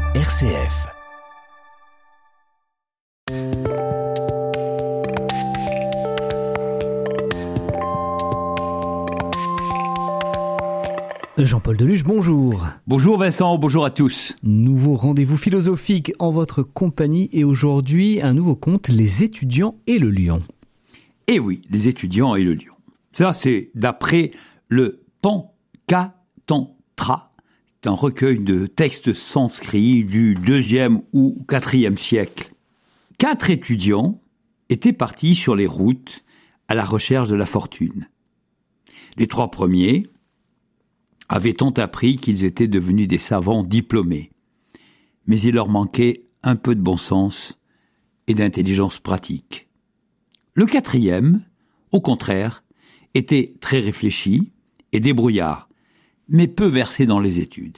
RCF. Jean-Paul Deluche, bonjour. Bonjour Vincent, bonjour à tous. Nouveau rendez-vous philosophique en votre compagnie et aujourd'hui un nouveau conte, Les étudiants et le lion. Eh oui, Les étudiants et le lion. Ça, c'est d'après le Pancatantra. C'est un recueil de textes sanscrits du 2e ou 4e siècle. 4 étudiants étaient partis sur les routes à la recherche de la fortune. Les 3 premiers avaient tant appris qu'ils étaient devenus des savants diplômés. Mais il leur manquait un peu de bon sens et d'intelligence pratique. Le 4e, au contraire, était très réfléchi et débrouillard, mais peu versé dans les études.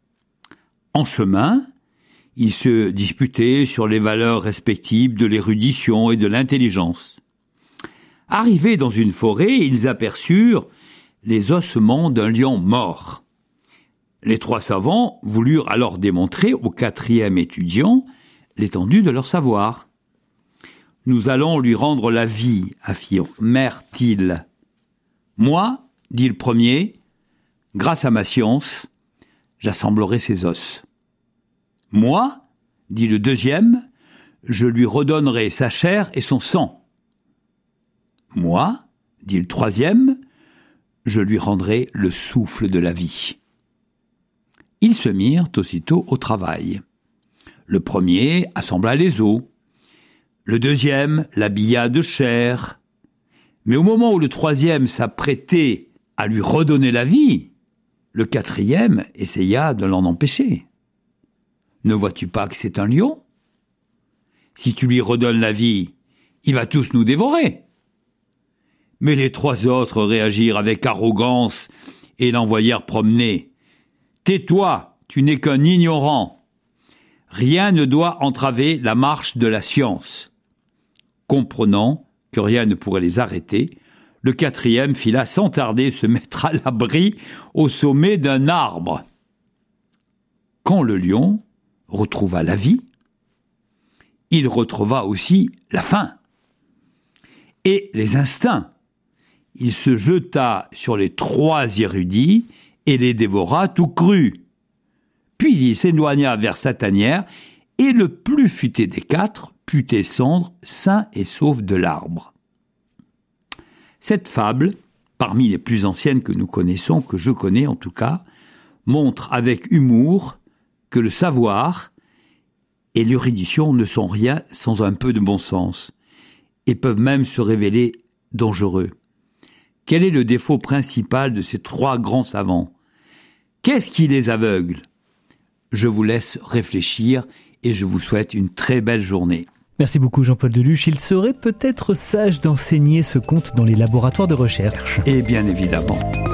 En chemin, ils se disputaient sur les valeurs respectives de l'érudition et de l'intelligence. Arrivés dans une forêt, ils aperçurent les ossements d'un lion mort. Les 3 savants voulurent alors démontrer au 4e étudiant l'étendue de leur savoir. « Nous allons lui rendre la vie, affirmèrent-ils. Moi, dit le premier, grâce à ma science, j'assemblerai ses os. Moi, dit le 2e, je lui redonnerai sa chair et son sang. Moi, dit le 3e, je lui rendrai le souffle de la vie. » Ils se mirent aussitôt au travail. Le premier assembla les os. Le 2e l'habilla de chair. Mais au moment où le 3e s'apprêtait à lui redonner la vie, le 4e essaya de l'en empêcher. « Ne vois-tu pas que c'est un lion ? Si tu lui redonnes la vie, il va tous nous dévorer. » Mais les 3 autres réagirent avec arrogance et l'envoyèrent promener. « Tais-toi, tu n'es qu'un ignorant. Rien ne doit entraver la marche de la science. » Comprenant que rien ne pourrait les arrêter, le 4e fila sans tarder se mettre à l'abri au sommet d'un arbre. Quand le lion retrouva la vie, il retrouva aussi la faim et les instincts. Il se jeta sur les 3 érudits et les dévora tout crus. Puis il s'éloigna vers sa tanière et le plus futé des 4 put descendre sain et sauf de l'arbre. Cette fable, parmi les plus anciennes que nous connaissons, que je connais en tout cas, montre avec humour que le savoir et l'érudition ne sont rien sans un peu de bon sens et peuvent même se révéler dangereux. Quel est le défaut principal de ces 3 grands savants ? Qu'est-ce qui les aveugle ? Je vous laisse réfléchir et je vous souhaite une très belle journée. Merci beaucoup Jean-Paul Deluche. Il serait peut-être sage d'enseigner ce conte dans les laboratoires de recherche. Et bien évidemment.